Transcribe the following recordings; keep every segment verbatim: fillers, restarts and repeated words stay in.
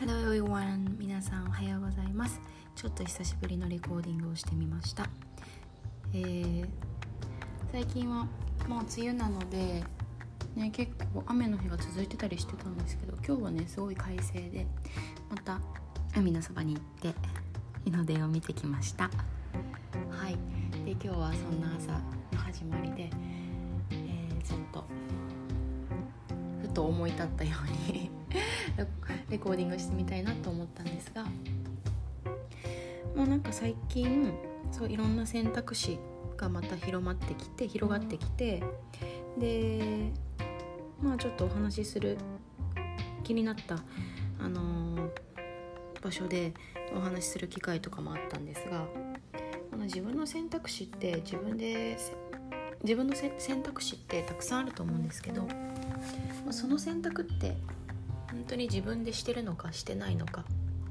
Hello everyone、 皆さんおはようございます。ちょっと久しぶりのレコーディングをしてみました。えー、最近はもう梅雨なので、ね、結構雨の日が続いてたりしてたんですけど、今日はねすごい快晴で、また海のそばに行って日の出を見てきました。はい。で今日はそんな朝の始まりで、えー、ちょっとふと思い立ったようにレコーディングしてみたいなと思ったんですが、もうなんか最近そういろんな選択肢がまた広まってきて広がってきて、でまあちょっとお話しする気になった、あのー、場所でお話しする機会とかもあったんですが、この自分の選択肢って自分で自分の選択肢ってたくさんあると思うんですけど、その選択って本当に自分でしてるのかしてないのか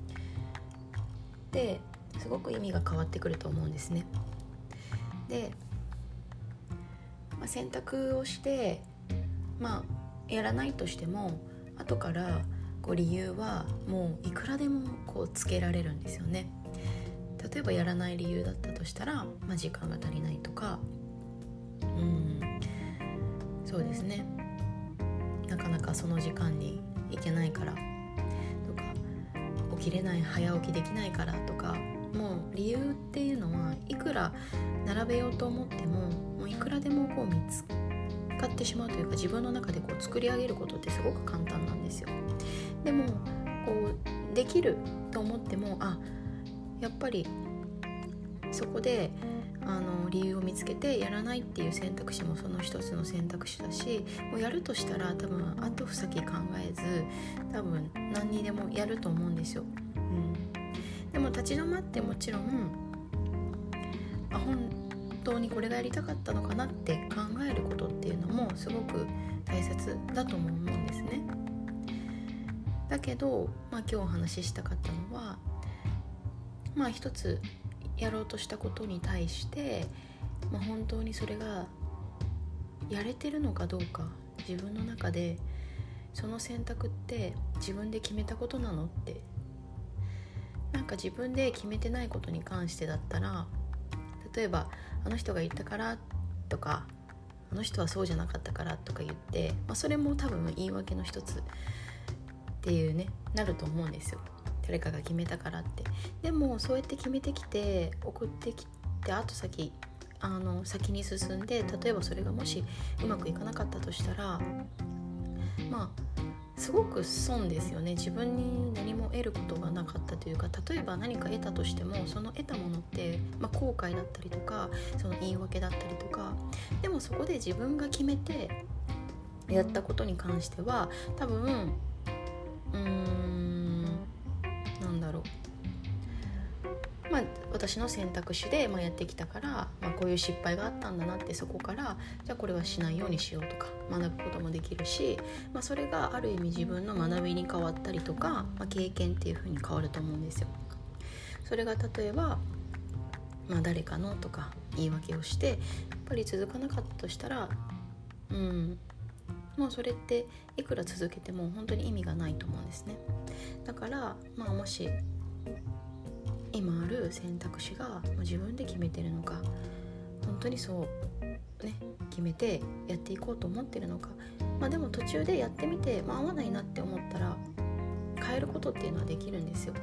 ですごく意味が変わってくると思うんですね。で、まあ、選択をしてまあやらないとしても後からこう理由はもういくらでもこうつけられるんですよね。例えばやらない理由だったとしたら、まあ、時間が足りないとか、うんそうですね、なかなかその時間に行けないからとか、起きれない早起きできないからとか、もう理由っていうのはいくら並べようと思ってももういくらでもこう見つかってしまうというか、自分の中でこう作り上げることってすごく簡単なんですよ。でもこうできると思っても、あやっぱりそこであの理由を見つけてやらないっていう選択肢もその一つの選択肢だし、もうやるとしたら多分後先考えず多分何にでもやると思うんですよ、うん、でも立ち止まってもちろんあ本当にこれがやりたかったのかなって考えることっていうのもすごく大切だとも思うんですね。だけど、まあ、今日お話ししたかったのは、まあ一つやろうとしたことに対して、まあ、本当にそれがやれてるのかどうか、自分の中でその選択って自分で決めたことなのって、なんか自分で決めてないことに関してだったら、例えばあの人が言ったからとか、あの人はそうじゃなかったからとか言って、まあ、それも多分言い訳の一つっていうねなると思うんですよ。誰かが決めたからって。でもそうやって決めてきて送ってきて後先あの先に進んで、例えばそれがもしうまくいかなかったとしたら、まあすごく損ですよね。自分に何も得ることがなかったというか、例えば何か得たとしてもその得たものって、まあ、後悔だったりとかその言い訳だったりとか、でもそこで自分が決めてやったことに関しては多分うーんなんだろう、まあ私の選択肢で、まあ、やってきたから、まあ、こういう失敗があったんだなって、そこからじゃあこれはしないようにしようとか学ぶこともできるし、まあ、それがある意味自分の学びに変わったりとか、まあ、経験っていう風に変わると思うんですよ。それが例えば、まあ、誰かのとか言い訳をしてやっぱり続かなかったとしたら、うんもうそれっていくら続けても本当に意味がないと思うんですね。だから、まあ、もし今ある選択肢が自分で決めてるのか、本当にそうね決めてやっていこうと思ってるのか、まあでも途中でやってみて、まあ、合わないなって思ったら変えることっていうのはできるんですよ、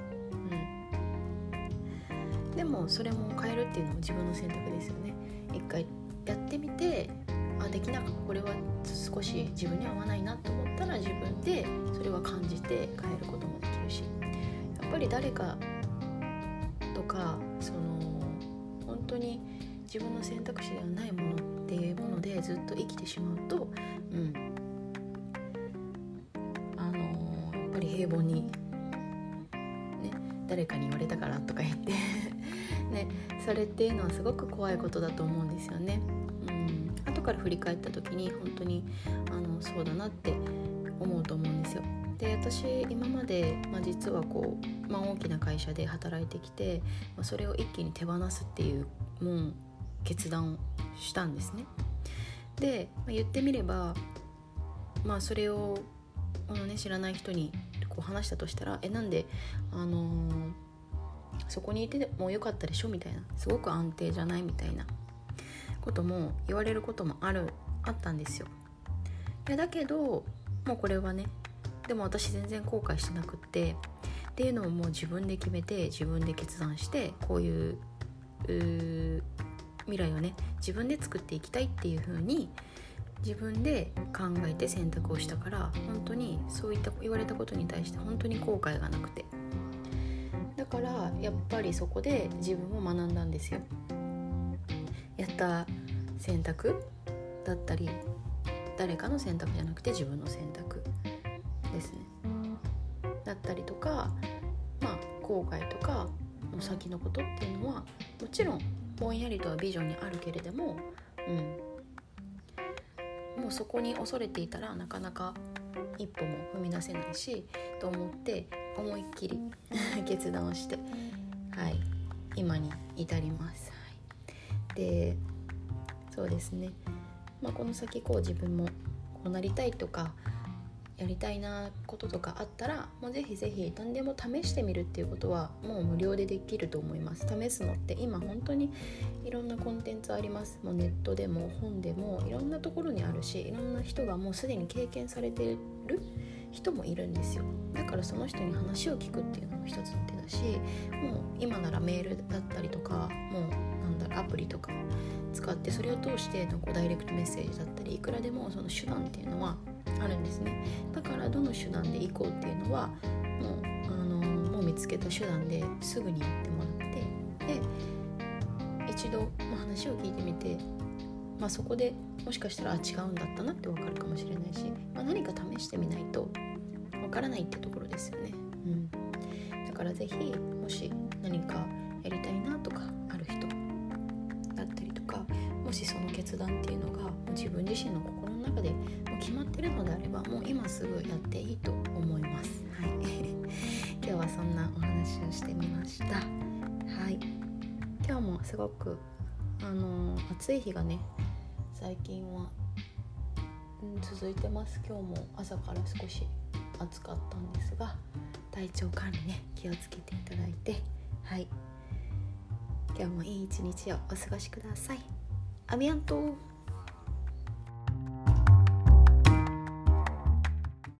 うん、でもそれも変えるっていうのも自分の選択ですよね。一回やってみて、あできなかった、これは少し自分に合わないなと思ったら自分でそれは感じて変えることもできるし、やっぱり誰かとかその本当に自分の選択肢ではないものっていうものでずっと生きてしまうと、うんあのー、やっぱり平凡にね誰かに言われたからとか言ってね、それっていうのはすごく怖いことだと思うんですよね。うん後から振り返った時に本当にあのそうだなって思うと思うんですよ。で私今まで、まあ、実はこう、まあ、大きな会社で働いてきて、まあ、それを一気に手放すっていうもう決断をしたんですね。で、まあ、言ってみれば、まあ、それをこのね知らない人にこう話したとしたら、えなんであのー、そこにいてもよかったでしょみたいな、すごく安定じゃないみたいなことも言われることもあるあったんですよ。いやだけどもうこれはね、でも私全然後悔してなくってっていうのももう自分で決めて自分で決断して、こういう、う未来をね自分で作っていきたいっていう風に自分で考えて選択をしたから、本当にそういった言われたことに対して本当に後悔がなくて、だからやっぱりそこで自分も学んだんですよ。やった選択だったり、誰かの選択じゃなくて自分の選択ですねだったりとか、まあ後悔とかの先のことっていうのはもちろんぼんやりとはビジョンにあるけれども、うん、もうそこに恐れていたらなかなか一歩も踏み出せないしと思って思いっきり決断をして、はい、今に至ります、はい、でそうですね、まあ、この先こう自分もこうなりたいとかやりたいなこととかあったら、もうぜひぜひ何でも試してみるっていうことはもう無料でできると思います。試すのって今本当にいろんなコンテンツあります。もうネットでも本でもいろんなところにあるし、いろんな人がもうすでに経験されてる人もいるんですよ。だからその人に話を聞くっていうのも一つの手だし、もう今ならメールだったりとか、もうなんだろうアプリとか使ってそれを通してのこうダイレクトメッセージだったり、いくらでもその手段っていうのはあるんですね。だからどの手段で行こうっていうのはもう、あのー、もう見つけた手段ですぐにやってもらって、で一度、まあ、話を聞いてみて、まあ、そこでもしかしたらあ違うんだったなって分かるかもしれないし、まあ、何か試してみないと分からないってところですよね、うん、だからぜひもし何かやりたいなとかある人だったりとか、もしその決断っていうのがもう自分自身の心の中でもう決まってるのであれば、もう今すぐやっていいと思います、はい、今日はそんなお話をしてみました。はい、今日もすごくあのー、暑い日がね最近は、うん、続いてます。今日も朝から少し暑かったんですが、体調管理ね気をつけていただいて、はい、今日もいい一日をお過ごしください。アビアント。